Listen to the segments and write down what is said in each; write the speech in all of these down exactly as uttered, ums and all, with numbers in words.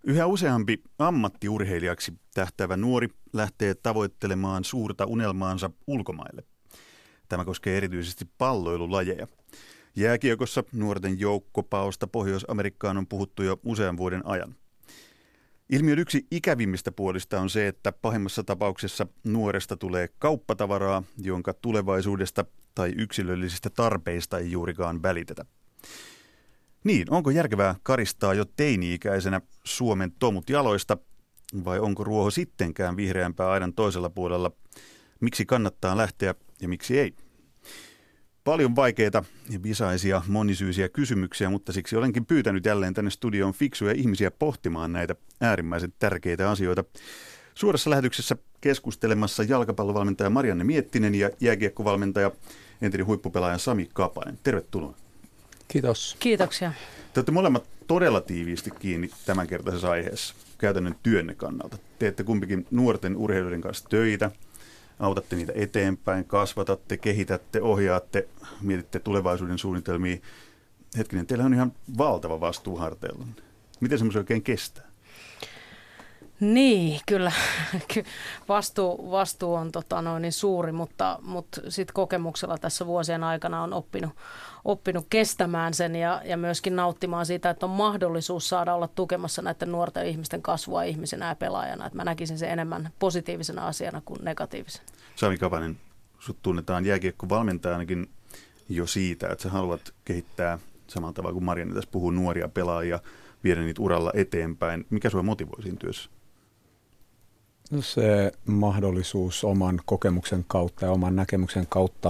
Yhä useampi ammattiurheilijaksi tähtäävä nuori lähtee tavoittelemaan suurta unelmaansa ulkomaille. Tämä koskee erityisesti palloilulajeja. Jääkiekossa nuorten joukkopaosta Pohjois-Amerikkaan on puhuttu jo usean vuoden ajan. Ilmiön yksi ikävimmistä puolista on se, että pahimmassa tapauksessa nuoresta tulee kauppatavaraa, jonka tulevaisuudesta tai yksilöllisistä tarpeista ei juurikaan välitetä. Niin, onko järkevää karistaa jo teini-ikäisenä Suomen tomut jaloista, vai onko ruoho sittenkään vihreämpää aidan toisella puolella? Miksi kannattaa lähteä ja miksi ei? Paljon vaikeita ja visaisia monisyisiä kysymyksiä, mutta siksi olenkin pyytänyt jälleen tänne studioon fiksuja ihmisiä pohtimaan näitä äärimmäisen tärkeitä asioita. Suorassa lähetyksessä keskustelemassa jalkapallovalmentaja Marianne Miettinen ja jääkiekkovalmentaja entinen huippupelaaja Sami Kapanen. Tervetuloa. Kiitos. Kiitoksia. Te olette molemmat todella tiiviisti kiinni tämänkertaisessa aiheessa käytännön työnne kannalta. Teette kumpikin nuorten urheilijoiden kanssa töitä, autatte niitä eteenpäin, kasvatatte, kehitätte, ohjaatte, mietitte tulevaisuuden suunnitelmia. Hetkinen, teillä on ihan valtava vastuu harteilla. Miten semmoisen oikein kestää? Niin, kyllä. Vastuu, vastuu on tota, noin niin suuri, mutta, mutta sit kokemuksella tässä vuosien aikana on oppinut, oppinut kestämään sen ja, ja myöskin nauttimaan siitä, että on mahdollisuus saada olla tukemassa näiden nuorten ihmisten kasvua ihmisenä ja pelaajana. Että mä näkisin sen enemmän positiivisena asiana kuin negatiivisena. Sami Kapanen, sut tunnetaan jääkiekkovalmentajanakin jo siitä, että sä haluat kehittää samalla tavalla kuin Marianne tässä puhuu nuoria pelaajia, viedä niitä uralla eteenpäin. Mikä sua motivoi siinä työssä? No se mahdollisuus oman kokemuksen kautta ja oman näkemyksen kautta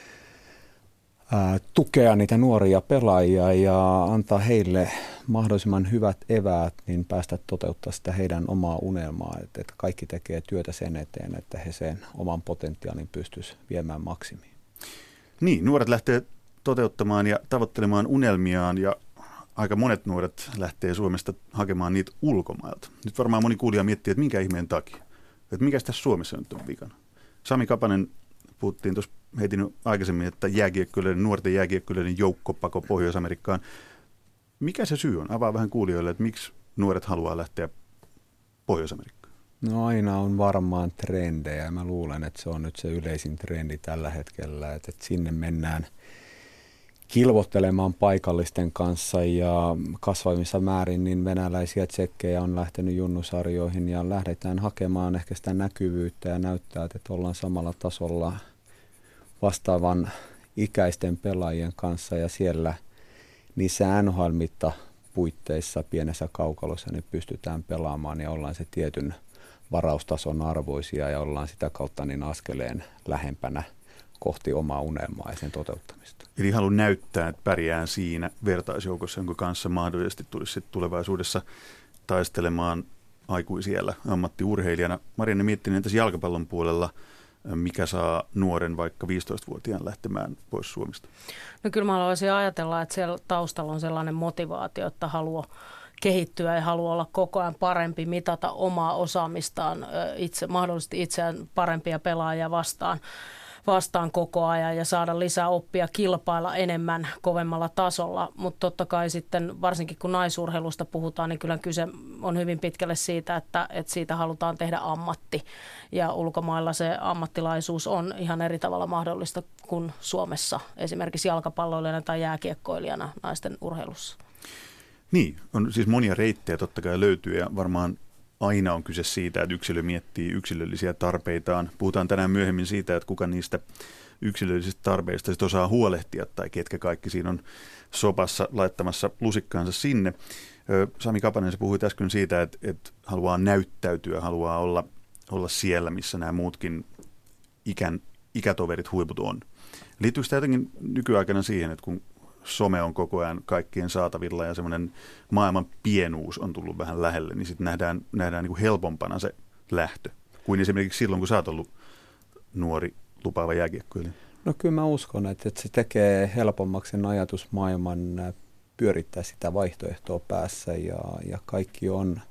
ää, tukea niitä nuoria pelaajia ja antaa heille mahdollisimman hyvät eväät, niin päästä toteuttaa sitä heidän omaa unelmaa. Että et kaikki tekee työtä sen eteen, että he sen oman potentiaalin pystyisivät viemään maksimiin. Niin, nuoret lähtee toteuttamaan ja tavoittelemaan unelmiaan ja aika monet nuoret lähtee Suomesta hakemaan niitä ulkomailta. Nyt varmaan moni kuulija miettii, että minkä ihmeen takia. Että mikä tässä Suomessa nyt on vikana. Sami Kapanen, puhuttiin tuossa heitin aikaisemmin, että jääkiekkoilijoiden, nuorten jääkiekkoilijoiden joukkopako Pohjois-Amerikkaan. Mikä se syy on? Avaa vähän kuulijoille, että miksi nuoret haluaa lähteä Pohjois-Amerikkaan. No aina on varmaan trendejä. Mä luulen, että se on nyt se yleisin trendi tällä hetkellä, että sinne mennään kilvottelemaan paikallisten kanssa ja kasvavissa määrin niin venäläisiä tsekkejä on lähtenyt junnusarjoihin ja lähdetään hakemaan ehkä sitä näkyvyyttä ja näyttää, että ollaan samalla tasolla vastaavan ikäisten pelaajien kanssa ja siellä niissä N H L-mittapuitteissa pienessä kaukalossa niin pystytään pelaamaan ja ollaan se tietyn varaustason arvoisia ja ollaan sitä kautta niin askeleen lähempänä kohti omaa unelmaa ja sen toteuttamista. Eli haluan näyttää, että pärjää siinä vertaisjoukossa, jonka kanssa mahdollisesti tulisi tulevaisuudessa taistelemaan aikuisiellä ammattiurheilijana. Marianne Miettinen, entäs jalkapallon puolella, mikä saa nuoren vaikka viisitoistavuotiaan lähtemään pois Suomesta? No kyllä mä haluaisin ajatella, että siellä taustalla on sellainen motivaatio, että haluaa kehittyä ja haluaa olla koko ajan parempi, mitata omaa osaamistaan, itse, mahdollisesti itseään parempia pelaajia vastaan. vastaan koko ajan ja saada lisää oppia, kilpailla enemmän kovemmalla tasolla. Mutta totta kai sitten, varsinkin kun naisurheilusta puhutaan, niin kyllä kyse on hyvin pitkälle siitä, että, että siitä halutaan tehdä ammatti. Ja ulkomailla se ammattilaisuus on ihan eri tavalla mahdollista kuin Suomessa, esimerkiksi jalkapalloilijana tai jääkiekkoilijana naisten urheilussa. Niin, on siis monia reittejä totta kai löytyy ja varmaan aina on kyse siitä, että yksilö miettii yksilöllisiä tarpeitaan. Puhutaan tänään myöhemmin siitä, että kuka niistä yksilöllisistä tarpeista sit osaa huolehtia tai ketkä kaikki siinä on sopassa laittamassa lusikkaansa sinne. Sami Kapanen, se puhui äsken siitä, että, että haluaa näyttäytyä, haluaa olla, olla siellä, missä nämä muutkin ikän, ikätoverit huiput on. Liittyykö sitä jotenkin nykyaikana siihen, että kun some on koko ajan kaikkien saatavilla ja semmoinen maailman pienuus on tullut vähän lähelle, niin sitten nähdään, nähdään niin kuin helpompana se lähtö, kuin esimerkiksi silloin, kun sä oot ollut nuori lupaava jääkiekkoilija. No kyllä mä uskon, että, että se tekee helpommaksi sen ajatusmaailman pyörittää sitä vaihtoehtoa päässä ja, ja kaikki on,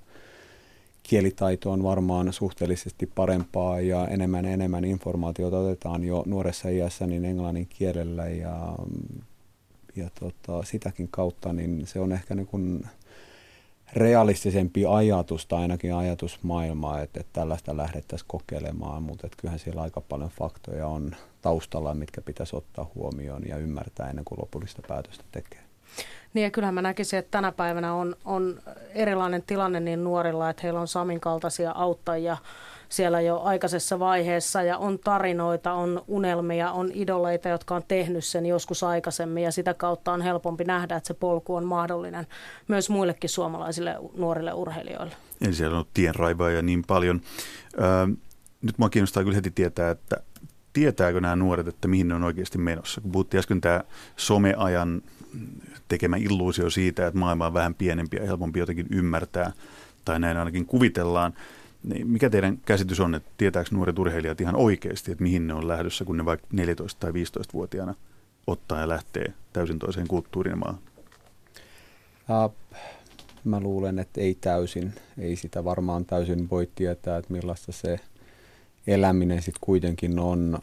kielitaito on varmaan suhteellisesti parempaa ja enemmän ja enemmän informaatiota otetaan jo nuoressa iässä niin englannin kielellä ja ja tota, sitäkin kautta niin se on ehkä niin kuin realistisempi ajatus tai ainakin ajatusmaailmaa, että, että tällaista lähdettäisiin kokeilemaan, mutta että kyllähän siellä aika paljon faktoja on taustalla, mitkä pitäisi ottaa huomioon ja ymmärtää ennen kuin lopullista päätöstä tekee. Niin ja kyllähän mä näkisin, että tänä päivänä on, on erilainen tilanne niin nuorilla, että heillä on Samin kaltaisia auttajia siellä jo aikaisessa vaiheessa ja on tarinoita, on unelmia, on idoleita, jotka on tehnyt sen joskus aikaisemmin ja sitä kautta on helpompi nähdä, että se polku on mahdollinen myös muillekin suomalaisille nuorille urheilijoille. Eli siellä on tienraivaajia niin paljon. Öö, nyt minua kiinnostaa kyllä heti tietää, että tietääkö nämä nuoret, että mihin ne on oikeasti menossa? Kun puhuttiin äsken tämä someajan tekemä illuusio siitä, että maailma on vähän pienempi ja helpompi jotenkin ymmärtää, tai näin ainakin kuvitellaan. Mikä teidän käsitys on, että tietääkö nuoret urheilijat ihan oikeasti, että mihin ne on lähdössä, kun ne vaikka neljätoista- tai viisitoistavuotiaana ottaa ja lähtee täysin toiseen kulttuuriin maahan? Uh, mä luulen, että ei täysin. Ei sitä varmaan täysin voi tietää, että millaista se eläminen sitten kuitenkin on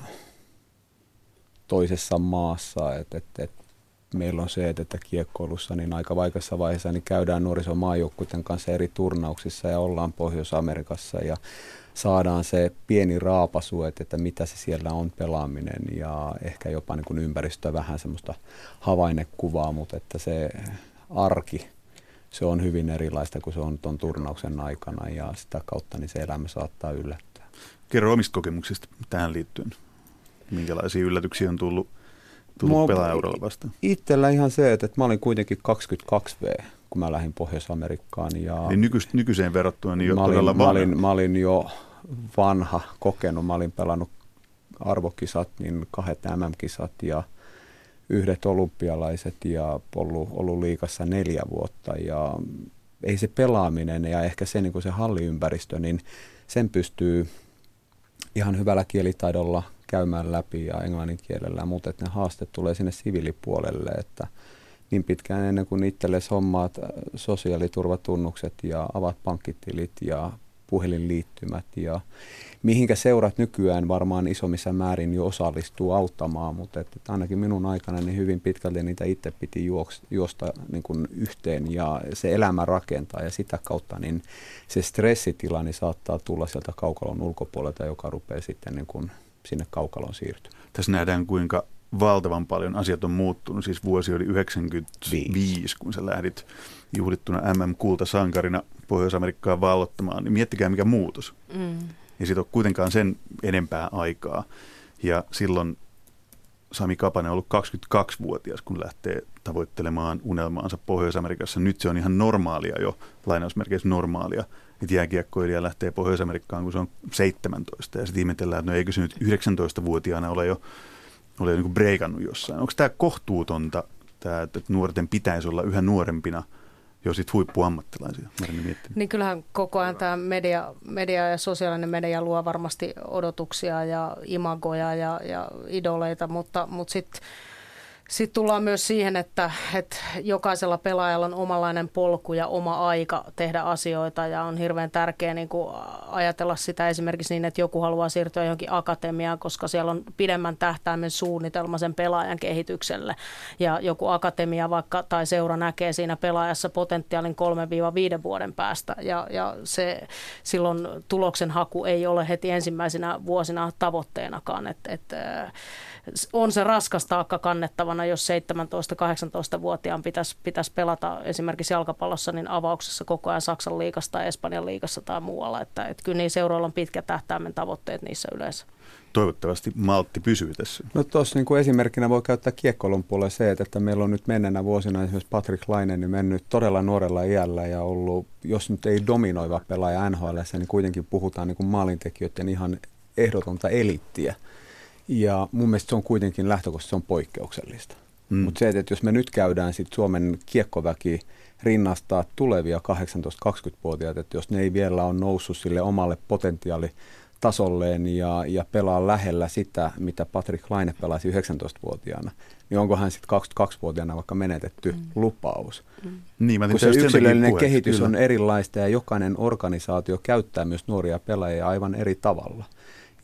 toisessa maassa. Et, et, et meillä on se, että kiekkoilussa niin aika vaikeassa vaiheessa niin käydään nuorisomaajoukkuiden kanssa eri turnauksissa ja ollaan Pohjois-Amerikassa ja saadaan se pieni raapasu, että, että mitä se siellä on pelaaminen ja ehkä jopa niin kuin ympäristöä vähän semmoista havainnekuvaa, mutta että se arki, se on hyvin erilaista kuin se on tuon turnauksen aikana ja sitä kautta niin se elämä saattaa yllättää. Kerro omista kokemuksista tähän liittyen. Minkälaisia yllätyksiä on tullut? Tullut pelaajauralla vastaan? Itsellä ihan se, että, että mä olin kuitenkin kaksikymmentäkaksi vuotias, kun mä lähdin Pohjois-Amerikkaan. Ja niin nyky, nykyiseen verrattuna niin jo mä olin, todella mä olin, mä olin jo vanha, kokenut. Mä olin pelannut arvokisat, niin kahdet M M-kisat ja yhdet olympialaiset ja ollut, ollut liigassa neljä vuotta. Ja ei se pelaaminen ja ehkä se, niin kuin se halliympäristö, niin sen pystyy ihan hyvällä kielitaidolla käymään läpi ja englannin kielellä, mutta että ne haasteet tulee sinne siviilipuolelle, että niin pitkään ennen kuin itsellesi hommaat sosiaaliturvatunnukset ja avaat pankkitilit ja puhelinliittymät ja mihinkä seurat nykyään varmaan isommissa määrin jo osallistuu auttamaan, mutta että, että ainakin minun aikana niin hyvin pitkälti niitä itse piti juosta, juosta niin kuin yhteen ja se elämä rakentaa ja sitä kautta niin se stressitila niin saattaa tulla sieltä kaukalon ulkopuolelta, joka rupeaa sitten niin kuin sinne kaukalon siirtyy. Tässä nähdään, kuinka valtavan paljon asiat on muuttunut. Siis vuosi oli yhdeksänkymmentäviisi, kun sä lähdit juhlittuna M M-kultasankarina Pohjois-Amerikkaan vallottamaan. Niin miettikää, mikä muutos. Mm. Ja siitä on kuitenkaan sen enempää aikaa. Ja silloin Sami Kapanen on ollut kaksikymmentäkaksivuotias, kun lähtee tavoittelemaan unelmaansa Pohjois-Amerikassa. Nyt se on ihan normaalia jo, lainausmerkeissä normaalia, että jääkiekkoilija lähtee Pohjois-Amerikkaan, kun se on seitsemäntoista. Ja sitten ihmetellään, että no eikö se nyt yhdeksäntoistavuotiaana ole jo, ole jo niin kuin breikannut jossain. Onko tämä kohtuutonta, tämä, että nuorten pitäisi olla yhä nuorempina jo sitten huippuammattilaisia? Niin kyllähän koko ajan tämä media, media ja sosiaalinen media luo varmasti odotuksia ja imagoja ja, ja idoleita, mutta, mutta sitten Sitten tullaan myös siihen, että, että jokaisella pelaajalla on omanlainen polku ja oma aika tehdä asioita ja on hirveän tärkeää niin kuin ajatella sitä esimerkiksi niin, että joku haluaa siirtyä johonkin akatemiaan, koska siellä on pidemmän tähtäimen suunnitelma sen pelaajan kehitykselle ja joku akatemia vaikka tai seura näkee siinä pelaajassa potentiaalin kolme viiden vuoden päästä ja, ja se silloin tuloksen haku ei ole heti ensimmäisenä vuosina tavoitteenakaan, että, että on se raskas taakka kannettavana, jos seitsemäntoista-kahdeksantoista-vuotiaan pitäisi, pitäisi pelata esimerkiksi jalkapallossa niin avauksessa koko ajan Saksan liigassa tai Espanjan liigassa tai muualla. Että, että kyllä niin seuroilla on pitkä tähtäimen tavoitteet niissä yleensä. Toivottavasti maltti pysyy tässä. No tuossa niin kuin esimerkkinä voi käyttää kiekkoilun puolella se, että, että meillä on nyt menneenä vuosina esimerkiksi Patrik Laine niin mennyt todella nuorella iällä ja ollut, jos nyt ei dominoiva pelaaja N H L:ssä, niin kuitenkin puhutaan niin kuin maalintekijöiden ihan ehdotonta eliittiä. Ja mun mielestä se on kuitenkin lähtökohtaisesti se on poikkeuksellista. Mm. Mutta se, että jos me nyt käydään sit Suomen kiekkoväki rinnastaa tulevia kahdeksantoista-kaksikymmentävuotiaita, että jos ne ei vielä ole noussut sille omalle potentiaalitasolleen ja, ja pelaa lähellä sitä, mitä Patrik Laine pelasi yhdeksäntoistavuotiaana, niin onko hän sitten kaksikymmentäkaksivuotiaana vaikka menetetty mm. lupaus? Mm. Niin, kun se yksilöllinen kehitys kyllä on erilaista ja jokainen organisaatio käyttää myös nuoria pelaajia aivan eri tavalla.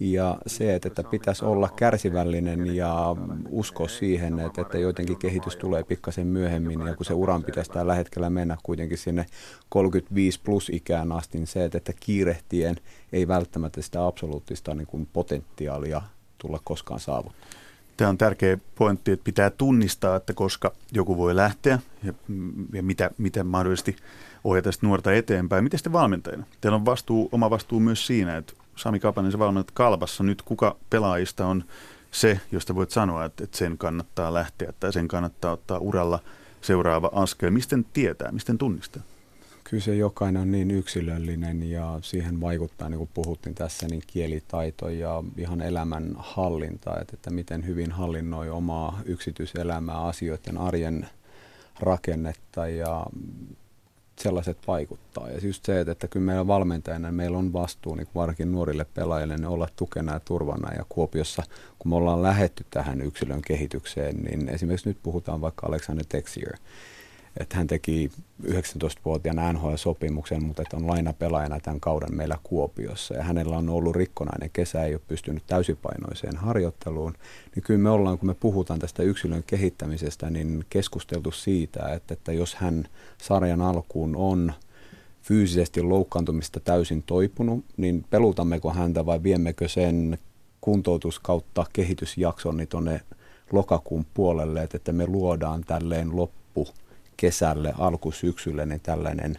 Ja se, että, että pitäisi olla kärsivällinen ja uskoa siihen, että, että jotenkin kehitys tulee pikkasen myöhemmin. Ja kun se uran pitäisi tällä hetkellä mennä kuitenkin sinne kolmekymmentäviisi plus ikään asti, niin se, että, että kiirehtien ei välttämättä sitä absoluuttista niin kuin potentiaalia tulla koskaan saavuttaa. Tämä on tärkeä pointti, että pitää tunnistaa, että koska joku voi lähteä ja, ja mitä, mitä mahdollisesti ohjata sitä nuorta eteenpäin. Miten sitten valmentajana? Teillä on vastuu, oma vastuu myös siinä, että Sami Kapanen, sä valmennat Kalpassa. Nyt kuka pelaajista on se, josta voit sanoa, että, että sen kannattaa lähteä tai sen kannattaa ottaa uralla seuraava askel. Misten tietää, misten tunnistaa? Kyllä se jokainen on niin yksilöllinen ja siihen vaikuttaa, niin kuin puhuttiin tässä, niin kielitaito ja ihan elämän hallinta, että, että miten hyvin hallinnoi omaa yksityiselämää, asioiden arjen rakennetta ja sellaiset vaikuttaa. Ja just se, että, että kyllä meillä valmentajana meillä on vastuu niin varsinkin nuorille pelaajille niin olla tukena ja turvana. Ja Kuopiossa, kun me ollaan lähdetty tähän yksilön kehitykseen, niin esimerkiksi nyt puhutaan vaikka Alexander Texier, että hän teki yhdeksäntoistavuotiaana N H L-sopimuksen, mutta että on lainapelaajana tämän kauden meillä Kuopiossa. Ja hänellä on ollut rikkonainen kesä, ei ole pystynyt täysipainoiseen harjoitteluun. Niin kyllä me ollaan, kun me puhutaan tästä yksilön kehittämisestä, niin keskusteltu siitä, että, että jos hän sarjan alkuun on fyysisesti loukkaantumista täysin toipunut, niin pelutammeko häntä vai viemmekö sen kuntoutus kautta kehitysjakson niin tuonne lokakuun puolelle, että, että me luodaan tälleen loppu kesälle, alkusyksylle, niin tällainen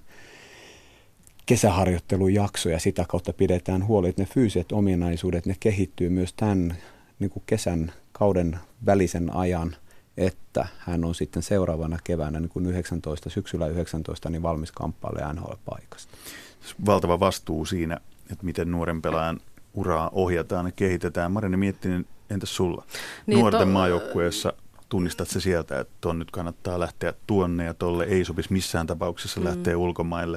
kesäharjoittelujakso ja sitä kautta pidetään huoli, että ne fyysiset ominaisuudet, ne kehittyy myös tämän niin kuin kesän kauden välisen ajan, että hän on sitten seuraavana keväänä niin kuin yhdeksäntoista, syksyllä yhdeksäntoista niin valmis kamppailemaan N H L-paikasta. Valtava vastuu siinä, että miten nuoren pelaajan uraa ohjataan ja kehitetään. Marianne Miettinen, entäs sulla? Niin, nuorten to- maajoukkueessa tunnistat se sieltä, että ton nyt kannattaa lähteä tuonne ja tolle ei sopisi missään tapauksessa mm. lähteä ulkomaille.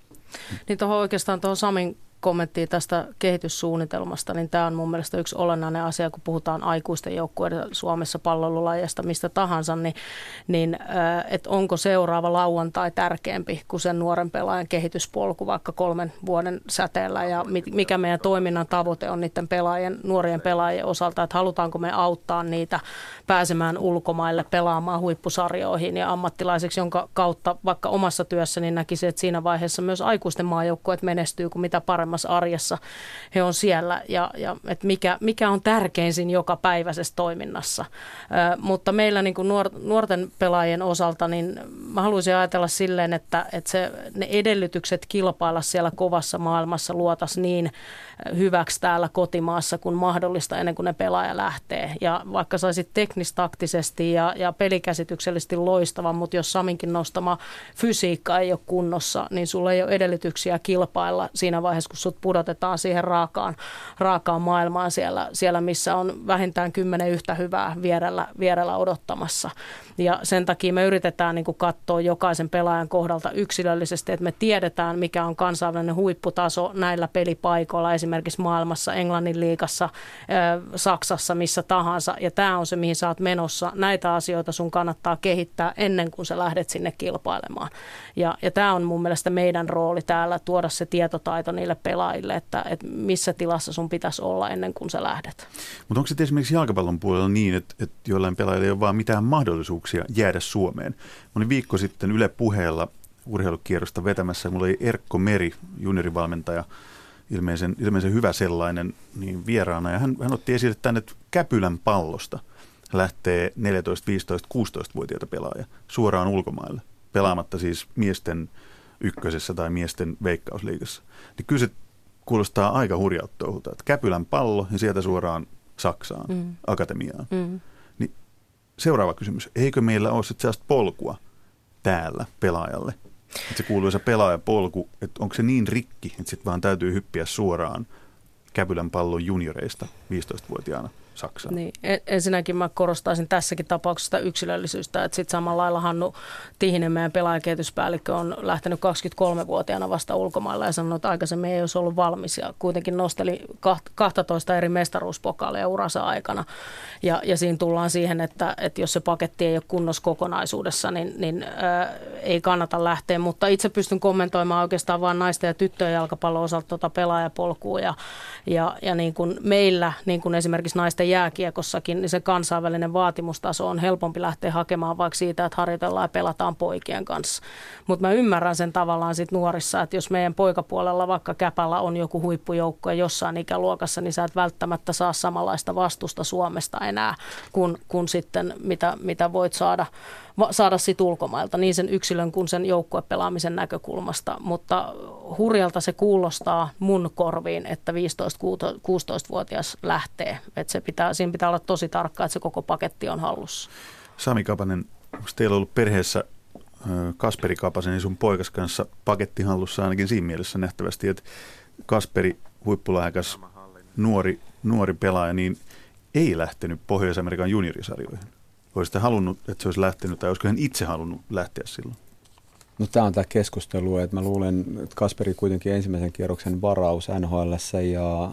Niin tuohon oikeastaan tuohon Samin kommenttiin tästä kehityssuunnitelmasta, niin tämä on mun mielestä yksi olennainen asia, kun puhutaan aikuisten joukkueiden Suomessa palloilulajista mistä tahansa, niin, niin että onko seuraava lauantai tärkeämpi kuin sen nuoren pelaajan kehityspolku vaikka kolmen vuoden säteellä ja mikä meidän toiminnan tavoite on niiden pelaajien, nuorien pelaajien osalta, että halutaanko me auttaa niitä pääsemään ulkomaille pelaamaan huippusarjoihin ja ammattilaiseksi, jonka kautta vaikka omassa työssäni näkisin, että siinä vaiheessa myös aikuisten maajoukkueet menestyy, kun mitä paremmin arjessa he on siellä ja, ja että mikä, mikä on tärkein siinä jokapäiväisessä toiminnassa. Ö, mutta meillä niin kuin nuor, nuorten pelaajien osalta, niin mä haluaisin ajatella silleen, että, että se, ne edellytykset kilpailla siellä kovassa maailmassa luotaisiin niin hyväksi täällä kotimaassa kuin mahdollista ennen kuin ne pelaaja lähtee. Ja vaikka saisit teknistaktisesti ja, ja pelikäsityksellisesti loistava, mutta jos Saminkin nostama fysiikka ei ole kunnossa, niin sulla ei ole edellytyksiä kilpailla siinä vaiheessa, kun sut pudotetaan siihen raakaan, raakaan maailmaan siellä, siellä, missä on vähintään kymmenen yhtä hyvää vierellä, vierellä odottamassa. Ja sen takia me yritetään niin kuin katsoa jokaisen pelaajan kohdalta yksilöllisesti, että me tiedetään, mikä on kansainvälinen huipputaso näillä pelipaikoilla, esimerkiksi maailmassa, Englannin liigassa, Saksassa, missä tahansa. Ja tämä on se, mihin sä oot menossa. Näitä asioita sun kannattaa kehittää ennen kuin sä lähdet sinne kilpailemaan. Ja, ja tämä on mun mielestä meidän rooli täällä, tuoda se tietotaito niille pelaajille, että, että missä tilassa sun pitäisi olla ennen kuin sä lähdet. Mutta onko se esimerkiksi jalkapallon puolella niin, että, että joillain pelaajilla ei ole vaan mitään mahdollisuuksia jäädä Suomeen? Mä olin viikko sitten Yle Puheella urheilukierrosta vetämässä. Mulla oli Erkko Meri, juniorivalmentaja, ilmeisen, ilmeisen hyvä sellainen, niin vieraana. Ja hän, hän otti esille tänne, että Käpylän Pallosta lähtee neljätoista, viisitoista, kuusitoista-vuotiaita pelaajia suoraan ulkomaille, pelaamatta siis miesten ykkösessä tai miesten veikkausliigassa. Niin kyllä se kuulostaa aika hurjalta touhulta, että Käpylän Pallo ja sieltä suoraan Saksaan, mm. akatemiaan. Mm. Niin seuraava kysymys, eikö meillä ole sitten sellaista polkua täällä pelaajalle? Että se kuuluu se pelaajapolku, että onko se niin rikki, että sitten vaan täytyy hyppiä suoraan Käpylän Pallon junioreista viisitoistavuotiaana Saksaan. Niin. Ensinnäkin mä korostaisin tässäkin tapauksessa yksilöllisyyttä, että sitten samalla lailla Hannu Tihinen, meidän pelaajakehityspäällikkö, on lähtenyt kaksikymmentäkolmevuotiaana vasta ulkomailla ja sanonut, että aikaisemmin ei olisi ollut valmis ja kuitenkin nosteli kaksitoista eri mestaruuspokaaleja uransa aikana. Ja, ja siinä tullaan siihen, että, että jos se paketti ei ole kunnossa kokonaisuudessa, niin, niin ää, ei kannata lähteä, mutta itse pystyn kommentoimaan oikeastaan vain naisten ja tyttöjen jalkapallon osalta tuota pelaajapolkua ja, ja, ja niin kuin meillä, niin kuin esimerkiksi naisten jääkiekossakin, niin se kansainvälinen vaatimustaso on helpompi lähteä hakemaan vaikka siitä, että harjoitellaan ja pelataan poikien kanssa. Mutta mä ymmärrän sen tavallaan sit nuorissa, että jos meidän poikapuolella vaikka Käpällä on joku huippujoukko jossain ikäluokassa, niin sä et välttämättä saa samanlaista vastusta Suomesta enää kuin, kuin sitten mitä, mitä voit saada, saada sit ulkomailta, niin sen yksilön kuin sen joukkuepelaamisen näkökulmasta. Mutta hurjalta se kuulostaa mun korviin, että viisitoista-kuusitoistavuotias lähtee. Että se pitää, siinä pitää olla tosi tarkka, että se koko paketti on hallussa. Sami Kapanen, onko teillä ollut perheessä Kasperi Kapasen ja sun poikas kanssa paketti hallussa ainakin siinä mielessä nähtävästi, että Kasperi, huippulahjakas nuori, nuori pelaaja, niin ei lähtenyt Pohjois-Amerikan juniorisarjoihin. Olisitte halunnut, että se olisi lähtenyt, tai olisiko hän itse halunnut lähteä silloin? No tämä on tämä keskustelu, että mä luulen, että Kasperi kuitenkin ensimmäisen kierroksen varaus N H L:ssä ja,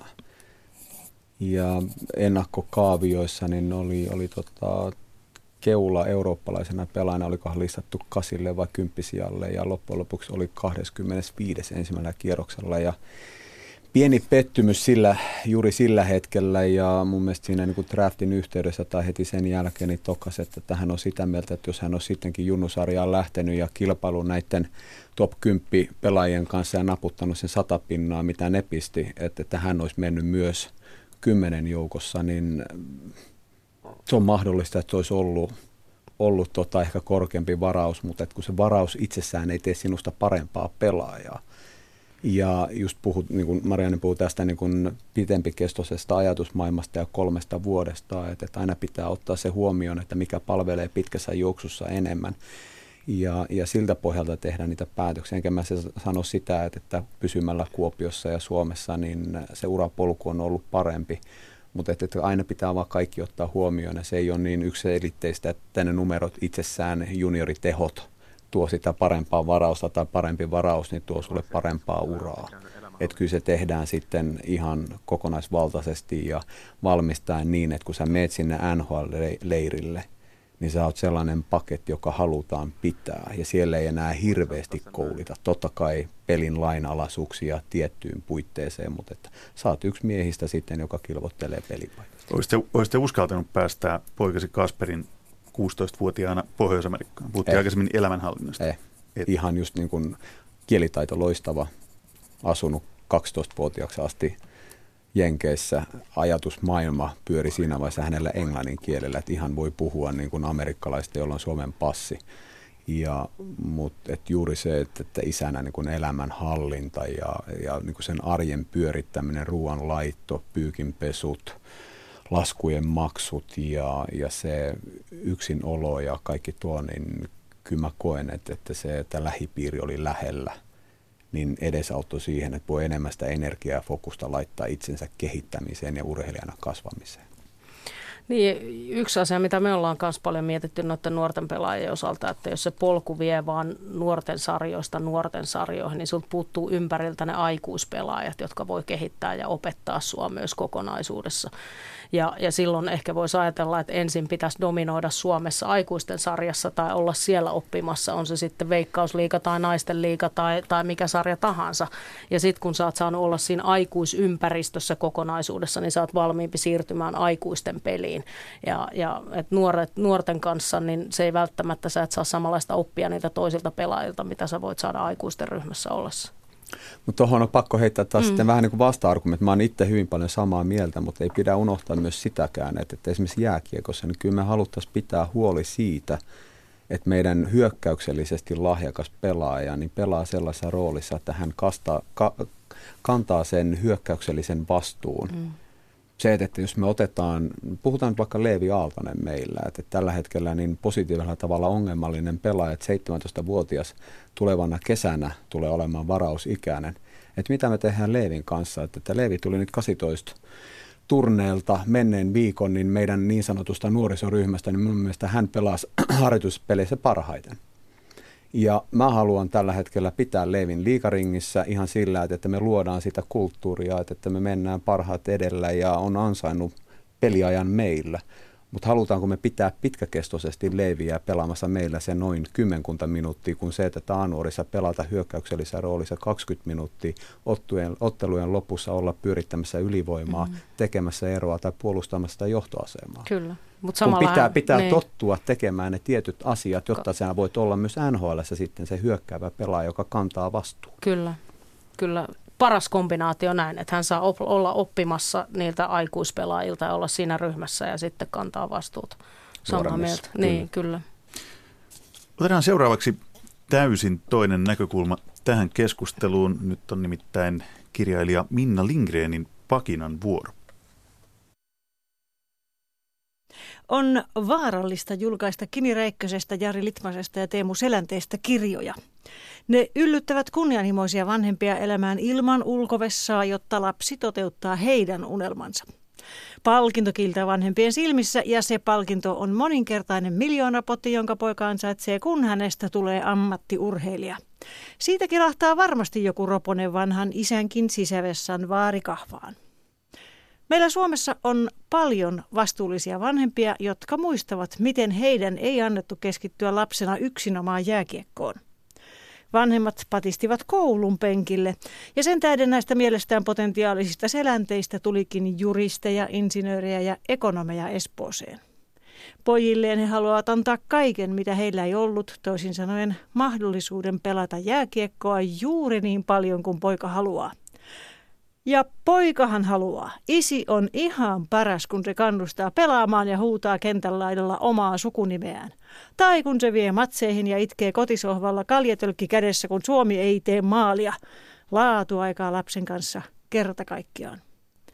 ja ennakkokaavioissa niin oli, oli tota, Keula eurooppalaisena pelaajana, olikohan listattu kasille vai kymppisijalle ja loppujen lopuksi oli kaksikymmentäviisi ensimmäisellä kierroksella ja pieni pettymys sillä, juuri sillä hetkellä ja mun mielestä siinä niin kuin draftin yhteydessä tai heti sen jälkeen niin tokas, että hän on sitä mieltä, että jos hän on sittenkin junnusarjaan lähtenyt ja kilpailu näiden top kymmenen pelaajien kanssa ja naputtanut sen sata pinnaa, mitä ne pisti, että, että hän olisi mennyt myös kymmenen joukossa, niin se on mahdollista, että se olisi ollut, ollut tota ehkä korkeampi varaus, mutta että kun se varaus itsessään ei tee sinusta parempaa pelaajaa. Ja just puhut, niin kuin Marianne puhui tästä niin kuin pitempikestoisesta ajatusmaailmasta ja kolmesta vuodesta, että, että aina pitää ottaa se huomioon, että mikä palvelee pitkässä juoksussa enemmän. Ja, ja siltä pohjalta tehdä niitä päätöksiä. Enkä mä se sano sitä, että, että pysymällä Kuopiossa ja Suomessa, niin se urapolku on ollut parempi. Mutta että, että aina pitää vaan kaikki ottaa huomioon, ja se ei ole niin yksiselitteistä, että ne numerot itsessään, junioritehot, tuo sitä parempaa varausta tai parempi varaus, niin tuo sulle parempaa uraa. Että kyllä se tehdään sitten ihan kokonaisvaltaisesti ja valmistaen niin, että kun sä meet sinne N H L-leirille, niin sä oot sellainen paketti, joka halutaan pitää. Ja siellä ei enää hirveästi koulita. Totta kai pelin lainalaisuuksia tiettyyn puitteeseen, mutta että sä oot yksi miehistä sitten, joka kilvottelee pelipaikasta. Olisitte, olisitte uskaltanut päästää poikasi Kasperin kuusitoistavuotiaana Pohjois-Amerikkaan? Puhuttiin aikaisemmin elämänhallinnasta. Ei. Ihan just niin kuin kielitaito loistava, asunut kaksitoistavuotiaaksi asti Jenkeissä. Ajatusmaailma pyöri siinä vaiheessa hänellä englannin kielellä, että ihan voi puhua niin kuin amerikkalaista, jolla on Suomen passi. Ja, mutta et juuri se, että, että isänä niin kuin elämänhallinta ja, ja niin kuin sen arjen pyörittäminen, ruoan laitto, pyykinpesut, laskujen maksut ja, ja se yksinolo ja kaikki tuo, niin kyllä mä koen, että, että se, että lähipiiri oli lähellä, niin edesauttoi siihen, että voi enemmän sitä energiaa ja fokusta laittaa itsensä kehittämiseen ja urheilijana kasvamiseen. Niin, yksi asia, mitä me ollaan myös paljon mietitty noiden nuorten pelaajien osalta, että jos se polku vie vaan nuorten sarjoista nuorten sarjoihin, niin sulta puuttuu ympäriltä ne aikuispelaajat, jotka voi kehittää ja opettaa sua myös kokonaisuudessa. Ja, ja silloin ehkä voisi ajatella, että ensin pitäisi dominoida Suomessa aikuisten sarjassa tai olla siellä oppimassa, on se sitten Veikkausliiga tai Naisten liiga tai, tai mikä sarja tahansa. Ja sitten kun sä oot saanut olla siinä aikuisympäristössä kokonaisuudessa, niin sä oot valmiimpi siirtymään aikuisten peliin. Ja, ja et nuoret, nuorten kanssa, niin se ei välttämättä sä et saa samanlaista oppia niitä toisilta pelaajilta, mitä sä voit saada aikuisten ryhmässä ollessa. Mutta tuohon on pakko heittää taas mm. sitten vähän niin kuin vasta-argumentti. Mä oon itse hyvin paljon samaa mieltä, mutta ei pidä unohtaa myös sitäkään, että, että esimerkiksi jääkiekossa, niin kyllä me haluttaisiin pitää huoli siitä, että meidän hyökkäyksellisesti lahjakas pelaaja niin pelaa sellaisessa roolissa, että hän kastaa, ka, kantaa sen hyökkäyksellisen vastuun. Mm. Se, että jos me otetaan, puhutaan nyt vaikka Leevi Aaltonen meillä, että tällä hetkellä niin positiivisella tavalla ongelmallinen pelaaja, että seitsemäntoistavuotias tulevana kesänä tulee olemaan varausikäinen. Että mitä me tehdään Leevin kanssa, että, että Leevi tuli nyt kahdeksantoista turneelta menneen viikon niin meidän niin sanotusta nuorisoryhmästä, niin minun mielestä hän pelasi harjoituspeleissä parhaiten. Ja mä haluan tällä hetkellä pitää Leevin liigaringissä ihan sillä, että me luodaan sitä kulttuuria, että me mennään parhaat edellä ja on ansainnut peliajan meillä. Mutta halutaanko me pitää pitkäkestoisesti Leeviä pelaamassa meillä se noin kymmenkunta minuuttia, kun se, että A-nuorissa pelata hyökkäyksellisessä roolissa kaksikymmentä minuuttia, ottelujen, ottelujen lopussa olla pyörittämässä ylivoimaa, mm-hmm. tekemässä eroa tai puolustamassa sitä johtoasemaa. Kyllä. Mut kun pitää, pitää niin. tottua tekemään ne tietyt asiat, jotta sä voit olla myös N H L:ssä sitten se hyökkäävä pelaaja, joka kantaa vastuun. Kyllä, kyllä. Paras kombinaatio näin, että hän saa op- olla oppimassa niiltä aikuispelaajilta ja olla siinä ryhmässä ja sitten kantaa vastuuta. Samaa mieltä. Kyllä. Niin, kyllä. Otetaan seuraavaksi täysin toinen näkökulma tähän keskusteluun. Nyt on nimittäin kirjailija Minna Lindgrenin Pakinan vuoro. On vaarallista julkaista Kimi Räikkösestä, Jari Litmasesta ja Teemu Selänteestä kirjoja. Ne yllyttävät kunnianhimoisia vanhempia elämään ilman ulkovessaa, jotta lapsi toteuttaa heidän unelmansa. Palkinto kiiltää vanhempien silmissä ja se palkinto on moninkertainen miljoonapotti, jonka poika ansaitsee, kun hänestä tulee ammattiurheilija. Siitä kilahtaa varmasti joku roponen vanhan isänkin sisävessan vaarikahvaan. Meillä Suomessa on paljon vastuullisia vanhempia, jotka muistavat, miten heidän ei annettu keskittyä lapsena yksinomaan jääkiekkoon. Vanhemmat patistivat koulun penkille ja sen tähden näistä mielestään potentiaalisista selänteistä tulikin juristeja, insinöörejä ja ekonomeja Espooseen. Pojilleen he haluavat antaa kaiken, mitä heillä ei ollut, toisin sanoen mahdollisuuden pelata jääkiekkoa juuri niin paljon kuin poika haluaa. Ja poikahan haluaa. Isi on ihan paras, kun se kannustaa pelaamaan ja huutaa kentän laidalla omaa sukunimeään. Tai kun se vie matseihin ja itkee kotisohvalla kaljatölkki kädessä, kun Suomi ei tee maalia. Laatuaikaa lapsen kanssa kerta kaikkiaan.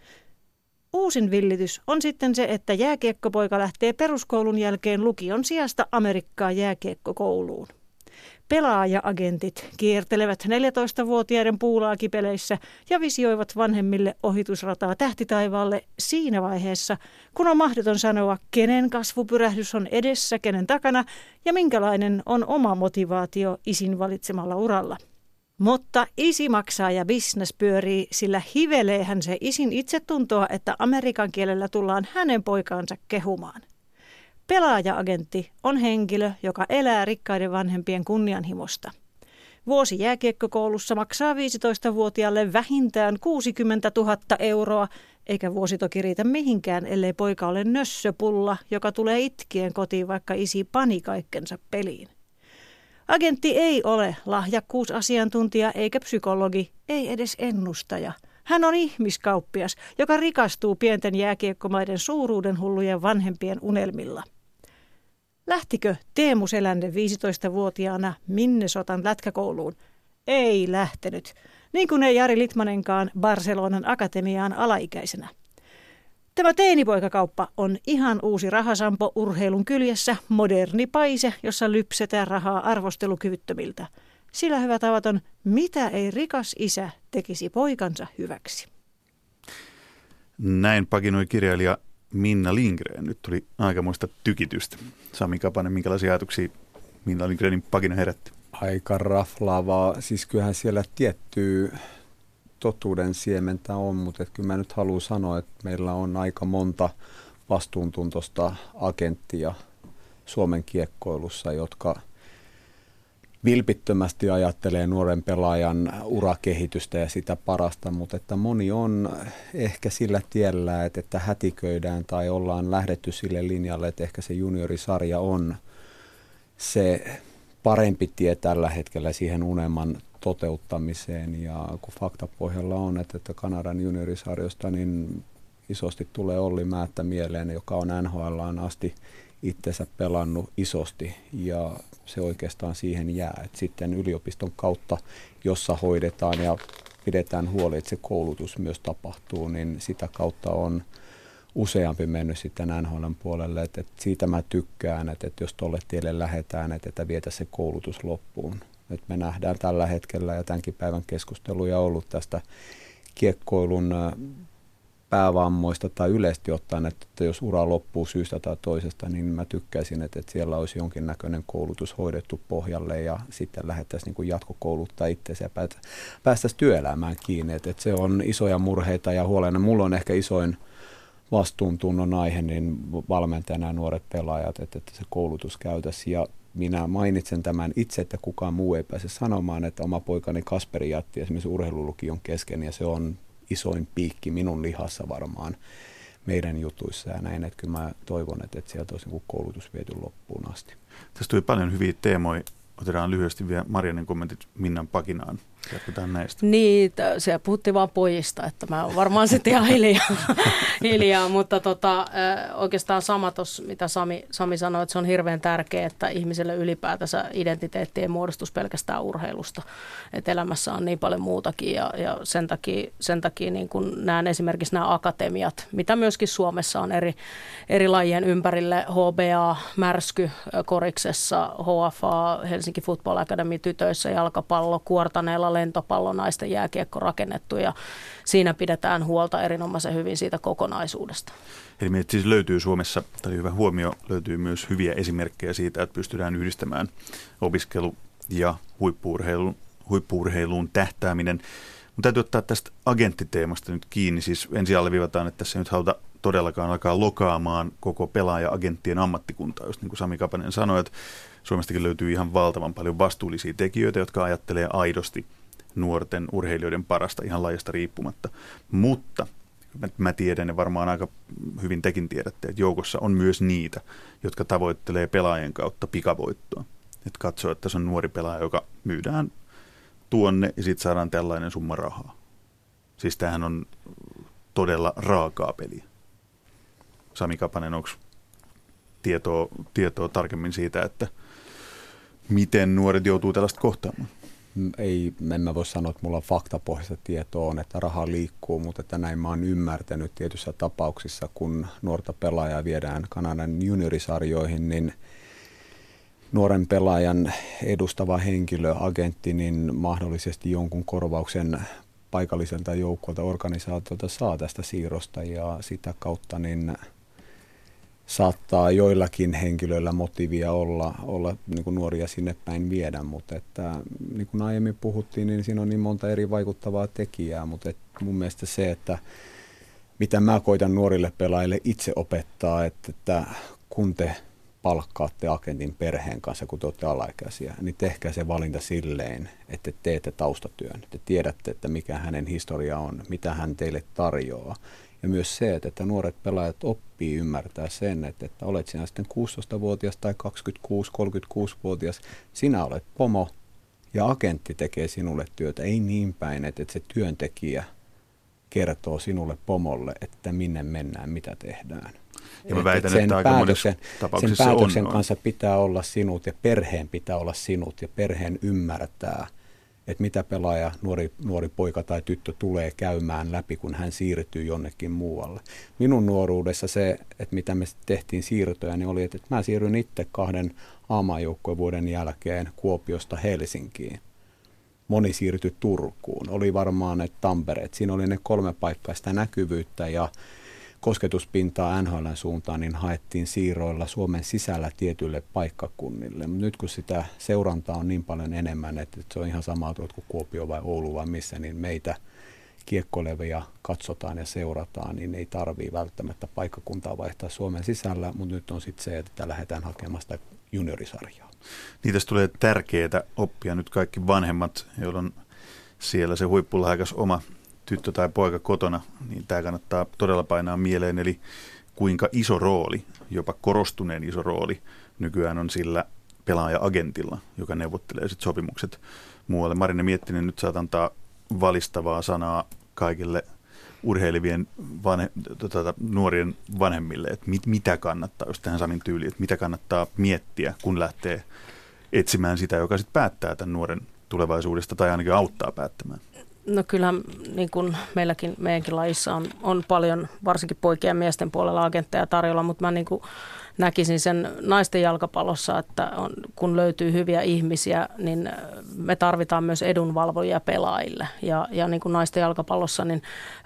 Uusin villitys on sitten se, että jääkiekkopoika lähtee peruskoulun jälkeen lukion sijasta Amerikkaan jääkiekkokouluun. Pelaaja-agentit kiertelevät neljätoistavuotiaiden puulaakipeleissä ja visioivat vanhemmille ohitusrataa tähtitaivaalle siinä vaiheessa, kun on mahdoton sanoa, kenen kasvupyrähdys on edessä, kenen takana ja minkälainen on oma motivaatio isin valitsemalla uralla. Mutta isi maksaa ja business pyörii, sillä hiveleehän se isin itsetuntoa, että amerikan kielellä tullaan hänen poikaansa kehumaan. Pelaaja-agentti on henkilö, joka elää rikkaiden vanhempien kunnianhimosta. Vuosi jääkiekkokoulussa maksaa viisitoistavuotiaalle vähintään kuusikymmentätuhatta euroa, eikä vuosi toki riitä mihinkään, ellei poika ole nössöpulla, joka tulee itkien kotiin, vaikka isi pani kaikkensa peliin. Agentti ei ole lahjakkuusasiantuntija eikä psykologi, ei edes ennustaja. Hän on ihmiskauppias, joka rikastuu pienten jääkiekkomaiden suuruuden hullujen vanhempien unelmilla. Lähtikö Teemu Selänne viisitoistavuotiaana Minnesotan lätkäkouluun? Ei lähtenyt, niin kuin ei Jari Litmanenkaan Barcelonan akatemiaan alaikäisenä. Tämä teinipoikakauppa on ihan uusi rahasampo urheilun kyljessä, moderni paise, jossa lypsetään rahaa arvostelukyvyttömiltä. Sillä hyvä tavaton, mitä ei rikas isä tekisi poikansa hyväksi. Näin pakinoi kirjailija Minna Lindgren. Nyt tuli aikamoista tykitystä. Sami Kapanen, minkälaisia ajatuksia Minna Lindgrenin pakina herätti? Aika raflaavaa. Siis kyllähän siellä tiettyä totuuden siementä on, mutta et kyllä mä nyt haluan sanoa, että meillä on aika monta vastuuntuntoista agenttia Suomen kiekkoilussa, jotka vilpittömästi ajattelee nuoren pelaajan urakehitystä ja sitä parasta, mutta että moni on ehkä sillä tiellä, että, että hätiköidään tai ollaan lähdetty sille linjalle, että ehkä se juniorisarja on se parempi tie tällä hetkellä siihen unelman toteuttamiseen. Ja kun faktapohjalla on, että, että Kanadan juniorisarjosta niin isosti tulee Olli Määttä mieleen, joka on N H L:ään asti itsensä pelannut isosti ja se oikeastaan siihen jää. Et sitten yliopiston kautta, jossa hoidetaan ja pidetään huoli, että se koulutus myös tapahtuu, niin sitä kautta on useampi mennyt sitten N H L:n puolelle. Et, et siitä mä tykkään, että et jos tuolle tielle lähdetään, että et vietä se koulutus loppuun. Et me nähdään tällä hetkellä ja tämänkin päivän keskusteluja ollut tästä kiekkoilun päävammoista tai yleisesti ottaen, että jos ura loppuu syystä tai toisesta, niin mä tykkäisin, että, että siellä olisi jonkinnäköinen koulutus hoidettu pohjalle ja sitten lähdettäisiin niin kuin jatkokouluttaa itseäsi ja päästäisiin työelämään kiinni. Että, että se on isoja murheita ja huolena. Mulla on ehkä isoin vastuuntunnon aihe, niin valmentajana ja nuoret pelaajat, että, että se koulutus käytäisi. Ja minä mainitsen tämän itse, että kukaan muu ei pääse sanomaan, että oma poikani Kasperi jätti esimerkiksi urheilulukion kesken ja se on isoin piikki minun lihassa varmaan meidän jutuissa ja näin, että kyllä mä toivon, että, että sieltä olisi niin koulutus viety loppuun asti. Tässä tuli paljon hyviä teemoja. Otetaan lyhyesti vielä Marianen kommentit Minnan pakinaan. Jatketaan näistä. Niin, siellä puhuttiin vaan pojista, että mä oon varmaan sitten ihan hiljaa, hiljaa mutta tota, oikeastaan sama tuossa, mitä Sami, Sami sanoi, että se on hirveän tärkeää, että ihmiselle ylipäätänsä identiteetti ei muodostus pelkästään urheilusta. Että elämässä on niin paljon muutakin ja, ja sen takia, sen takia niin kun näen esimerkiksi nämä akatemiat, mitä myöskin Suomessa on eri, eri lajien ympärille, H B A, Märsky, Koriksessa, H F A, Helsinki Football Academy tytöissä, jalkapallo, Kuortaneella, lentopallo, naisten jääkiekko rakennettu ja siinä pidetään huolta erinomaisen hyvin siitä kokonaisuudesta. Eli meiltä siis löytyy Suomessa, tämä oli hyvä huomio, löytyy myös hyviä esimerkkejä siitä, että pystytään yhdistämään opiskelu ja huippu-urheiluun, huippu-urheiluun tähtääminen. Mutta täytyy ottaa tästä agenttiteemasta nyt kiinni, siis ensin alleviivataan, että tässä ei nyt haluta todellakaan alkaa lokaamaan koko pelaaja-agenttien ammattikuntaa, just niin kuin Sami Kapanen sanoi, että Suomestakin löytyy ihan valtavan paljon vastuullisia tekijöitä, jotka ajattelee aidosti nuorten urheilijoiden parasta ihan lajista riippumatta. Mutta mä tiedän ja varmaan aika hyvin tekin tiedätte, että joukossa on myös niitä, jotka tavoittelee pelaajien kautta pikavoittoa. Että katsoo, että se on nuori pelaaja, joka myydään tuonne ja sitten saadaan tällainen summa rahaa. Siis tämähän on todella raakaa peliä. Sami Kapanen, onko tietoa, tietoa tarkemmin siitä, että miten nuoret joutuu tällaista kohtaamaan? Ei, en mä voi sanoa, että mulla on faktapohjaista tietoa on, että raha liikkuu, mutta että näin mä oon ymmärtänyt tietyissä tapauksissa, kun nuorta pelaajaa viedään Kanadan juniorisarjoihin, niin nuoren pelaajan edustava henkilö, agentti, niin mahdollisesti jonkun korvauksen paikalliselta joukkueelta, organisaatiolta saa tästä siirrosta ja sitä kautta niin saattaa joillakin henkilöillä motiivia olla, olla niin kuin nuoria sinne päin viedä, mutta että, niin kuin aiemmin puhuttiin, niin siinä on niin monta eri vaikuttavaa tekijää, mutta että mun mielestä se, että mitä mä koitan nuorille pelaajille itse opettaa, että, että kun te palkkaatte agentin perheen kanssa, kun te olette alaikäisiä, niin tehkää se valinta silleen, että teette taustatyön, että tiedätte, että mikä hänen historia on, mitä hän teille tarjoaa. Ja myös se, että nuoret pelaajat oppii ymmärtää sen, että, että olet sinä sitten kuusitoistavuotias tai kaksikymmentäkuusi kolmekymmentäkuusivuotias, sinä olet pomo ja agentti tekee sinulle työtä. Ei niin päin, että, että se työntekijä kertoo sinulle pomolle, että minne mennään, mitä tehdään. Ja mä väitän, sen että aika päätöksen, tapauksissa sen päätöksen on, kanssa pitää olla sinut ja perheen pitää olla sinut ja perheen ymmärtää, että mitä pelaaja, nuori, nuori poika tai tyttö tulee käymään läpi, kun hän siirtyy jonnekin muualle. Minun nuoruudessa se, että mitä me tehtiin siirtoja, niin oli, että mä siirryin itse kahden A-maajoukkueen vuoden jälkeen Kuopiosta Helsinkiin. Moni siirtyi Turkuun. Oli varmaan ne Tampereet. Siinä oli ne kolme paikkaa sitä näkyvyyttä ja kosketuspintaa N H L:n suuntaan, niin haettiin siirroilla Suomen sisällä tietyille paikkakunnille. Nyt kun sitä seurantaa on niin paljon enemmän, että se on ihan sama kuin Kuopio vai Oulu vai missä, niin meitä kiekkoilevia katsotaan ja seurataan, niin ei tarvitse välttämättä paikkakuntaa vaihtaa Suomen sisällä, mutta nyt on sitten se, että lähdetään hakemaan sitä juniorisarjaa. Niin tästä tulee tärkeää oppia nyt kaikki vanhemmat, joilla on siellä se huippulahjakas oma tyttö tai poika kotona, niin tämä kannattaa todella painaa mieleen, eli kuinka iso rooli, jopa korostuneen iso rooli nykyään on sillä pelaaja-agentilla, joka neuvottelee sit sopimukset muualle. Marine Miettinen, nyt saat antaa valistavaa sanaa kaikille urheilivien vanhe, tota, nuorien vanhemmille, että mit, mitä kannattaa, jos tähän Samin tyyliin, että mitä kannattaa miettiä, kun lähtee etsimään sitä, joka sitten päättää tämän nuoren tulevaisuudesta tai ainakin auttaa päättämään. No kyllähän niin kuin meilläkin, meidänkin lajissa on, on paljon, varsinkin poikien ja miesten puolella agentteja tarjolla, mutta mä niin kuin näkisin sen naisten jalkapallossa, että on, kun löytyy hyviä ihmisiä, niin me tarvitaan myös edunvalvojia pelaajille. Ja, ja niin kuin naisten jalkapallossa, niin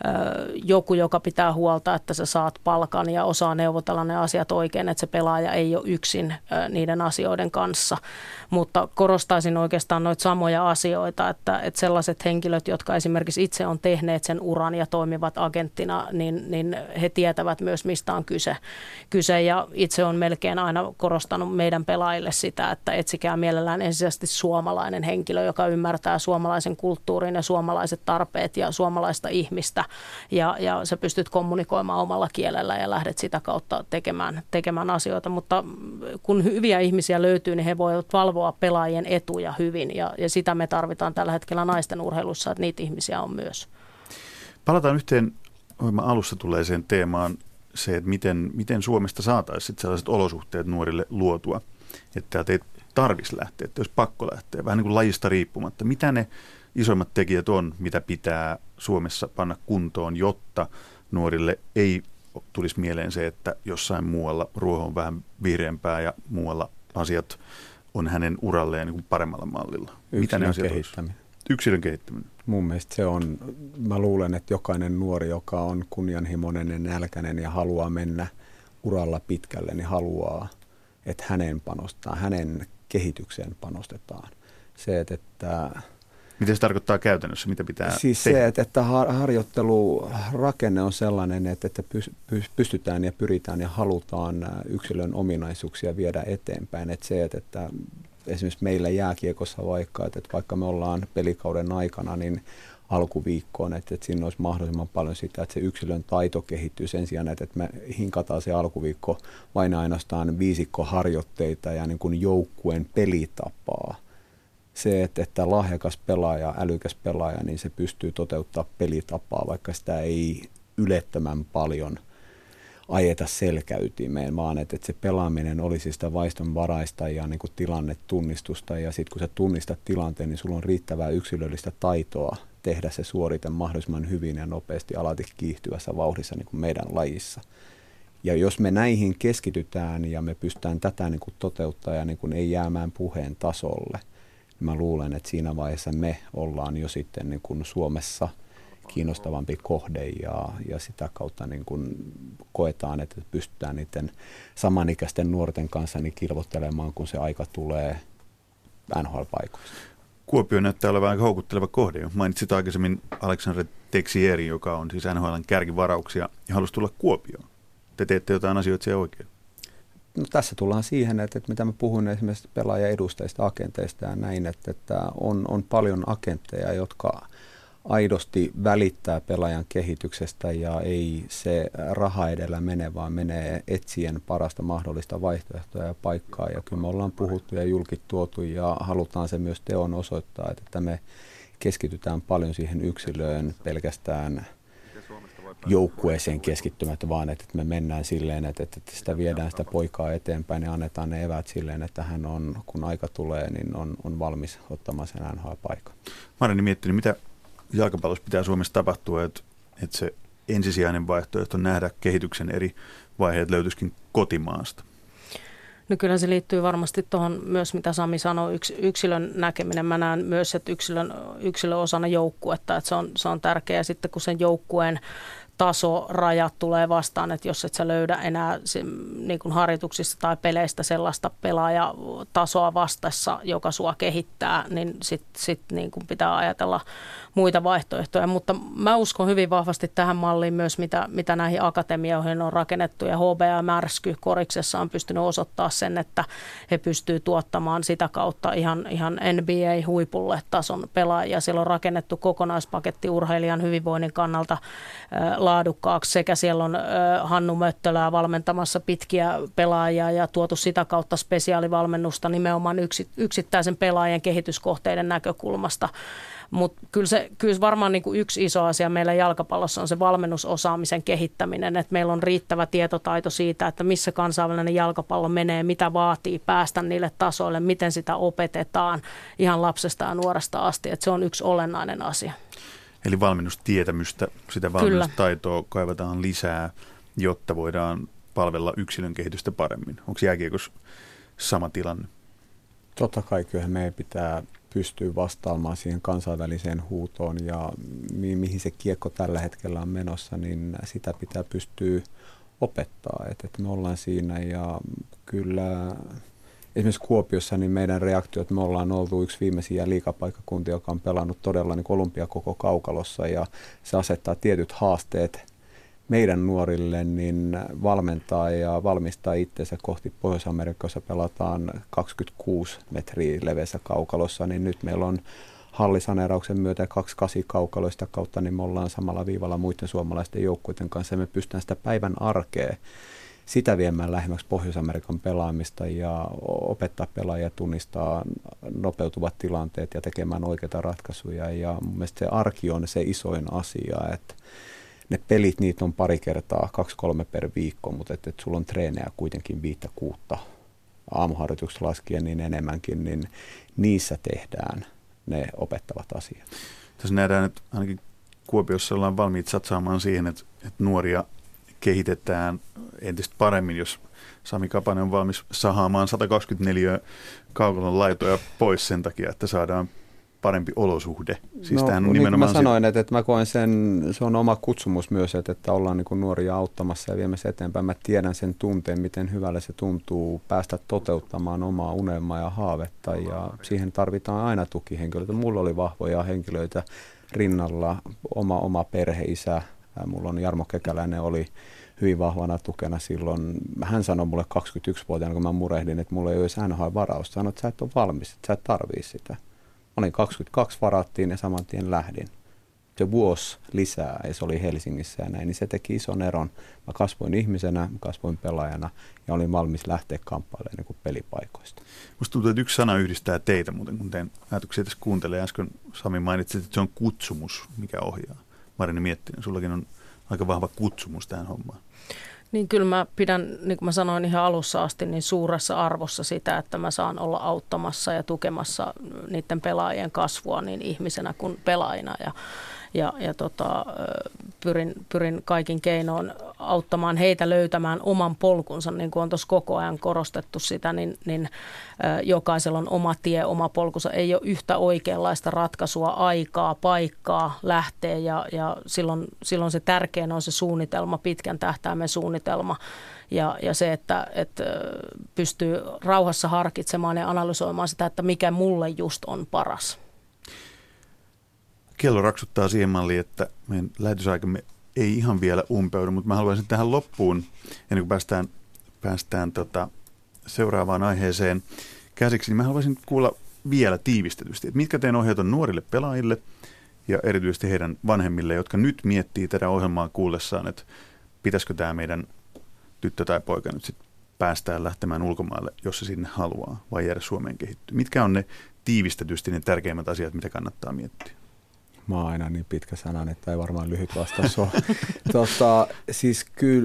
joku, joka pitää huolta, että sä saat palkan ja osaa neuvotella ne asiat oikein, että se pelaaja ei ole yksin niiden asioiden kanssa. Mutta korostaisin oikeastaan noita samoja asioita, että, että sellaiset henkilöt, jotka esimerkiksi itse on tehneet sen uran ja toimivat agenttina, niin, niin he tietävät myös, mistä on kyse. kyse. Ja itse on melkein aina korostanut meidän pelaajille sitä, että etsikää mielellään ensisijaisesti suomalainen henkilö, joka ymmärtää suomalaisen kulttuurin ja suomalaiset tarpeet ja suomalaista ihmistä. Ja, ja sä pystyt kommunikoimaan omalla kielellä ja lähdet sitä kautta tekemään, tekemään asioita. Mutta kun hyviä ihmisiä löytyy, niin he voivat valvoa pelaajien etuja hyvin. Ja, ja sitä me tarvitaan tällä hetkellä naisten urheilussa, että niitä ihmisiä on myös. Palataan yhteen ohjelman alussa tulleeseen teemaan se, että miten, miten Suomesta saataisiin sellaiset olosuhteet nuorille luotua, että täältä ei tarvitsisi lähteä, että olisi pakko lähteä, vähän niin kuin lajista riippumatta. Mitä ne isoimmat tekijät on, mitä pitää Suomessa panna kuntoon, jotta nuorille ei tulisi mieleen se, että jossain muualla ruoho on vähän vihreämpää ja muualla asiat on hänen uralleen niin kuin paremmalla mallilla. Yksilön kehittäminen. Yksilön kehittäminen. Mun mielestä se on, mä luulen, että jokainen nuori, joka on kunnianhimoinen ja nälkäinen ja haluaa mennä uralla pitkälle, niin haluaa, että hänen panostaa, hänen kehitykseen panostetaan. Se, että, että Mitä se tarkoittaa käytännössä? Mitä pitää Siis tehdä? se, että, että harjoittelurakenne on sellainen, että, että pystytään ja pyritään ja halutaan yksilön ominaisuuksia viedä eteenpäin. Että se, että, että esimerkiksi meillä jääkiekossa vaikka, että, että vaikka me ollaan pelikauden aikana, niin alkuviikkoon, että, että siinä olisi mahdollisimman paljon sitä, että se yksilön taito kehittyy sen sijaan, että, että me hinkataan se alkuviikko vain ainoastaan viisikkoharjoitteita ja niin kuin joukkueen pelitapaa. Se, että, että lahjakas pelaaja, älykäs pelaaja, niin se pystyy toteuttamaan pelitapaa, vaikka sitä ei ylettömän paljon ajeta selkäytimeen, vaan että, että se pelaaminen olisi sitä vaistonvaraista ja niin kuin tilannetunnistusta. Ja sitten kun sä tunnistat tilanteen, niin sulla on riittävää yksilöllistä taitoa tehdä se suorite mahdollisimman hyvin ja nopeasti alati kiihtyvässä vauhdissa niin kuin meidän lajissa. Ja jos me näihin keskitytään ja me pystytään tätä niin kuin toteuttaa ja niin kuin ei jäämään puheen tasolle, mä luulen, että siinä vaiheessa me ollaan jo sitten niin kuin Suomessa kiinnostavampi kohde ja, ja sitä kautta niin kuin koetaan, että pystytään niiden samanikäisten nuorten kanssa niin kilvoittelemaan, kun se aika tulee N H L-paikoista. Kuopio näyttää olevan aika houkutteleva kohde. Mainitsit aikaisemmin Alexandre Texierin, joka on siis N H L:n kärkivarauksia ja halusi tulla Kuopioon. Te teette jotain asioita siellä oikein. No, tässä tullaan siihen, että, että mitä mä puhun esimerkiksi pelaajaedustajista, agenteista ja näin, että, että on, on paljon agentteja, jotka aidosti välittää pelaajan kehityksestä ja ei se raha edellä mene, vaan menee etsien parasta mahdollista vaihtoehtoa ja paikkaa. Ja kyllä me ollaan puhuttu ja julkit tuotu ja halutaan se myös teon osoittaa, että me keskitytään paljon siihen yksilöön pelkästään joukkueeseen keskittymättä, vaan että me mennään silleen, että, että sitä viedään sitä poikaa eteenpäin ja annetaan ne eväät silleen, että hän on, kun aika tulee, niin on, on valmis ottamaan sen N H L-paikan. Mä olen miettinyt, mitä jalkapallossa pitää Suomessa tapahtua, että, että se ensisijainen vaihtoehto nähdä kehityksen eri vaiheet löytyisikin kotimaasta. No kyllä se liittyy varmasti tuohon myös, mitä Sami sanoi, yks, yksilön näkeminen. Mä näen myös, että yksilön, yksilön osana joukkuetta, että se on, se on tärkeää sitten, kun sen joukkueen tasorajat tulee vastaan, että jos et sä löydä enää se, niin kuin harjoituksissa tai peleistä sellaista pelaajatasoa vastassa, joka sua kehittää, niin sitten sit niin kuin pitää ajatella muita vaihtoehtoja. Mutta mä uskon hyvin vahvasti tähän malliin myös, mitä, mitä näihin akatemioihin on rakennettu. Ja H B A Märsky Koriksessa on pystynyt osoittaa sen, että he pystyvät tuottamaan sitä kautta ihan, ihan N B A-huipulle tason pelaajia. Siellä on rakennettu kokonaispaketti urheilijan hyvinvoinnin kannalta laadukkaaksi sekä siellä on Hannu Möttölää valmentamassa pitkiä pelaajia ja tuotu sitä kautta spesiaalivalmennusta nimenomaan yksittäisen pelaajan kehityskohteiden näkökulmasta. Mutta kyllä, se, kyllä varmaan niin kuin yksi iso asia meillä jalkapallossa on se valmennusosaamisen kehittäminen, että meillä on riittävä tietotaito siitä, että missä kansainvälinen jalkapallo menee, mitä vaatii päästä niille tasoille, miten sitä opetetaan ihan lapsesta ja nuoresta asti, että se on yksi olennainen asia. Eli valmennustietämystä, sitä valmennustaitoa kaivataan lisää, jotta voidaan palvella yksilön kehitystä paremmin? Onko jääkiekossa sama tilanne? Totta kai kyllähän meidän pitää pystyä vastaamaan siihen kansainväliseen huutoon ja mi- mihin se kiekko tällä hetkellä on menossa, niin sitä pitää pystyä opettaa. Et, et me ollaan siinä ja kyllä esimerkiksi Kuopiossa niin meidän reaktiot, me ollaan oltu yksi viimeisiä liigapaikkakuntia, joka on pelannut todella niin olympiakoko kaukalossa ja se asettaa tietyt haasteet meidän nuorille niin valmentaa ja valmistaa itsensä kohti Pohjois-Amerikkaa, jossa pelataan kaksikymmentäkuusi metriä leveässä kaukalossa, niin nyt meillä on hallisaneerauksen myötä kaksikymmentäkahdeksan kaukaloista kautta, niin me ollaan samalla viivalla muiden suomalaisten joukkueiden kanssa ja me pystytään sitä päivän arkea sitä viemään lähemmäksi Pohjois-Amerikan pelaamista ja opettaa pelaajia tunnistaa nopeutuvat tilanteet ja tekemään oikeita ratkaisuja ja mun mielestä se arki on se isoin asia, että ne pelit, niitä on pari kertaa, kaksi kolme per viikko, mutta että et sulla on treenejä kuitenkin viittä kuutta aamuharjoituksessa laskien niin enemmänkin, niin niissä tehdään ne opettavat asiat. Tässä nähdään, että ainakin Kuopiossa ollaan valmiit satsaamaan siihen, että, että nuoria kehitetään entistä paremmin, jos Sami Kapanen on valmis sahaamaan sata kaksikymmentäneljä kaukalon laitoja pois sen takia, että saadaan parempi olosuhde. Siis no, tämähän on niin nimenomaan kuin mä sanoin, että, että mä koen sen, se on oma kutsumus myös, että, että ollaan niin kuin nuoria auttamassa ja viemässä eteenpäin. Mä tiedän sen tunteen, miten hyvällä se tuntuu päästä toteuttamaan omaa unelmaa ja haavetta ja siihen tarvitaan aina tukihenkilöitä. Mulla oli vahvoja henkilöitä rinnalla, oma, oma perheisä. Mulla on Jarmo Kekäläinen oli hyvin vahvana tukena silloin. Hän sanoi mulle kaksikymmentäyksivuotiaana, kun mä murehdin, että mulla ei olisi N H L-varausta. Sanoin, että sä et ole valmis, että sä et tarvii sitä. Mä olin kaksikymmentäkaksi, varattiin ja saman tien lähdin. Se vuosi lisää ja se oli Helsingissä ja näin, niin se teki ison eron. Mä kasvoin ihmisenä, mä kasvoin pelaajana ja olin valmis lähteä kamppailemaan niin kuin pelipaikoista. Musta tuntuu, että yksi sana yhdistää teitä muuten, kun teidän ajatuksia tässä kuuntelee. Äsken Sami mainitsit, että se on kutsumus, mikä ohjaa. Marini Miettinen, sullakin on aika vahva kutsumus tähän hommaan. Niin kyllä mä pidän, niin kuin mä sanoin ihan alussa asti, niin suuressa arvossa sitä, että mä saan olla auttamassa ja tukemassa niiden pelaajien kasvua niin ihmisenä kuin pelaajina. Ja, ja, ja tota, pyrin, pyrin kaikin keinoin auttamaan heitä löytämään oman polkunsa, niin kuin on tuossa koko ajan korostettu sitä, niin, niin jokaisella on oma tie, oma polkunsa. Ei ole yhtä oikeanlaista ratkaisua, aikaa, paikkaa lähteä ja, ja silloin, silloin se tärkein on se suunnitelma, pitkän tähtäimen suunnitelma ja, ja se, että, että pystyy rauhassa harkitsemaan ja analysoimaan sitä, että mikä mulle just on paras. Kello raksuttaa siihen malliin, että meidän lähetysaikamme ei ihan vielä umpeudu, mutta mä haluaisin tähän loppuun, ennen kuin päästään, päästään tota seuraavaan aiheeseen käsiksi, niin mä haluaisin kuulla vielä tiivistetysti, että mitkä teidän ohjeet on nuorille pelaajille ja erityisesti heidän vanhemmille, jotka nyt miettii tätä ohjelmaa kuullessaan, että pitäisikö tämä meidän tyttö tai poika nyt sitten päästään lähtemään ulkomaille, jos se sinne haluaa, vai jäädä Suomeen kehittyä. Mitkä on ne tiivistetysti ne tärkeimmät asiat, mitä kannattaa miettiä? Mä oon aina niin pitkä sanan, että ei varmaan lyhyt vastaus ole. tota, siis kyllä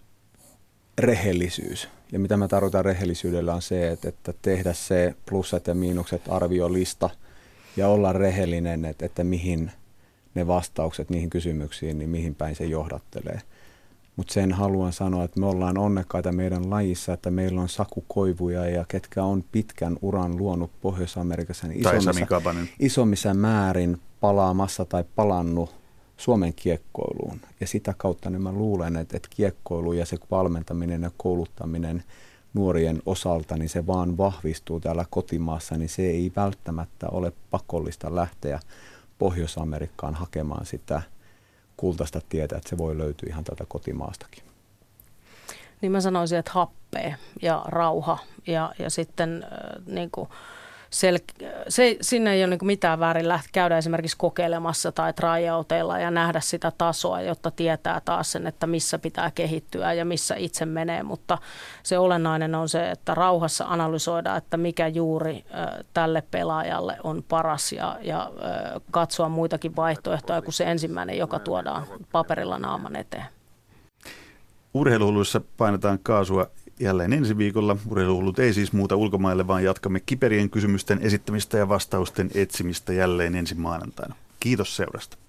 rehellisyys. Ja mitä mä tarkoitan rehellisyydellä on se, että, että tehdä se plussat ja miinukset arviolista ja olla rehellinen, että, että mihin ne vastaukset niihin kysymyksiin, niin mihin päin se johdattelee. Mutta sen haluan sanoa, että me ollaan onnekkaita meidän lajissa, että meillä on Saku Koivuja ja ketkä on pitkän uran luonut Pohjois-Amerikassa niin isommissa, isommissa määrin palaamassa tai palannut Suomen kiekkoiluun. Ja sitä kautta niin mä luulen, että, että kiekkoilu ja se valmentaminen ja kouluttaminen nuorien osalta, niin se vaan vahvistuu täällä kotimaassa, niin se ei välttämättä ole pakollista lähteä Pohjois-Amerikkaan hakemaan sitä kultaista tietä, että se voi löytyä ihan täältä kotimaastakin. Niin mä sanoisin, että happea ja rauha ja, ja sitten äh, niin kuin sel- se, sinne ei ole niin kuin mitään väärin lähteä käydä esimerkiksi kokeilemassa tai tryouteilla ja nähdä sitä tasoa, jotta tietää taas sen, että missä pitää kehittyä ja missä itse menee, mutta se olennainen on se, että rauhassa analysoida, että mikä juuri äh, tälle pelaajalle on paras ja, ja äh, katsoa muitakin vaihtoehtoja kuin se ensimmäinen, joka tuodaan paperilla naaman eteen. Urheiluhulluissa painetaan kaasua jälleen ensi viikolla. Urheiluhullut ei siis muuta ulkomaille, vaan jatkamme kiperien kysymysten esittämistä ja vastausten etsimistä jälleen ensi maanantaina. Kiitos seurasta.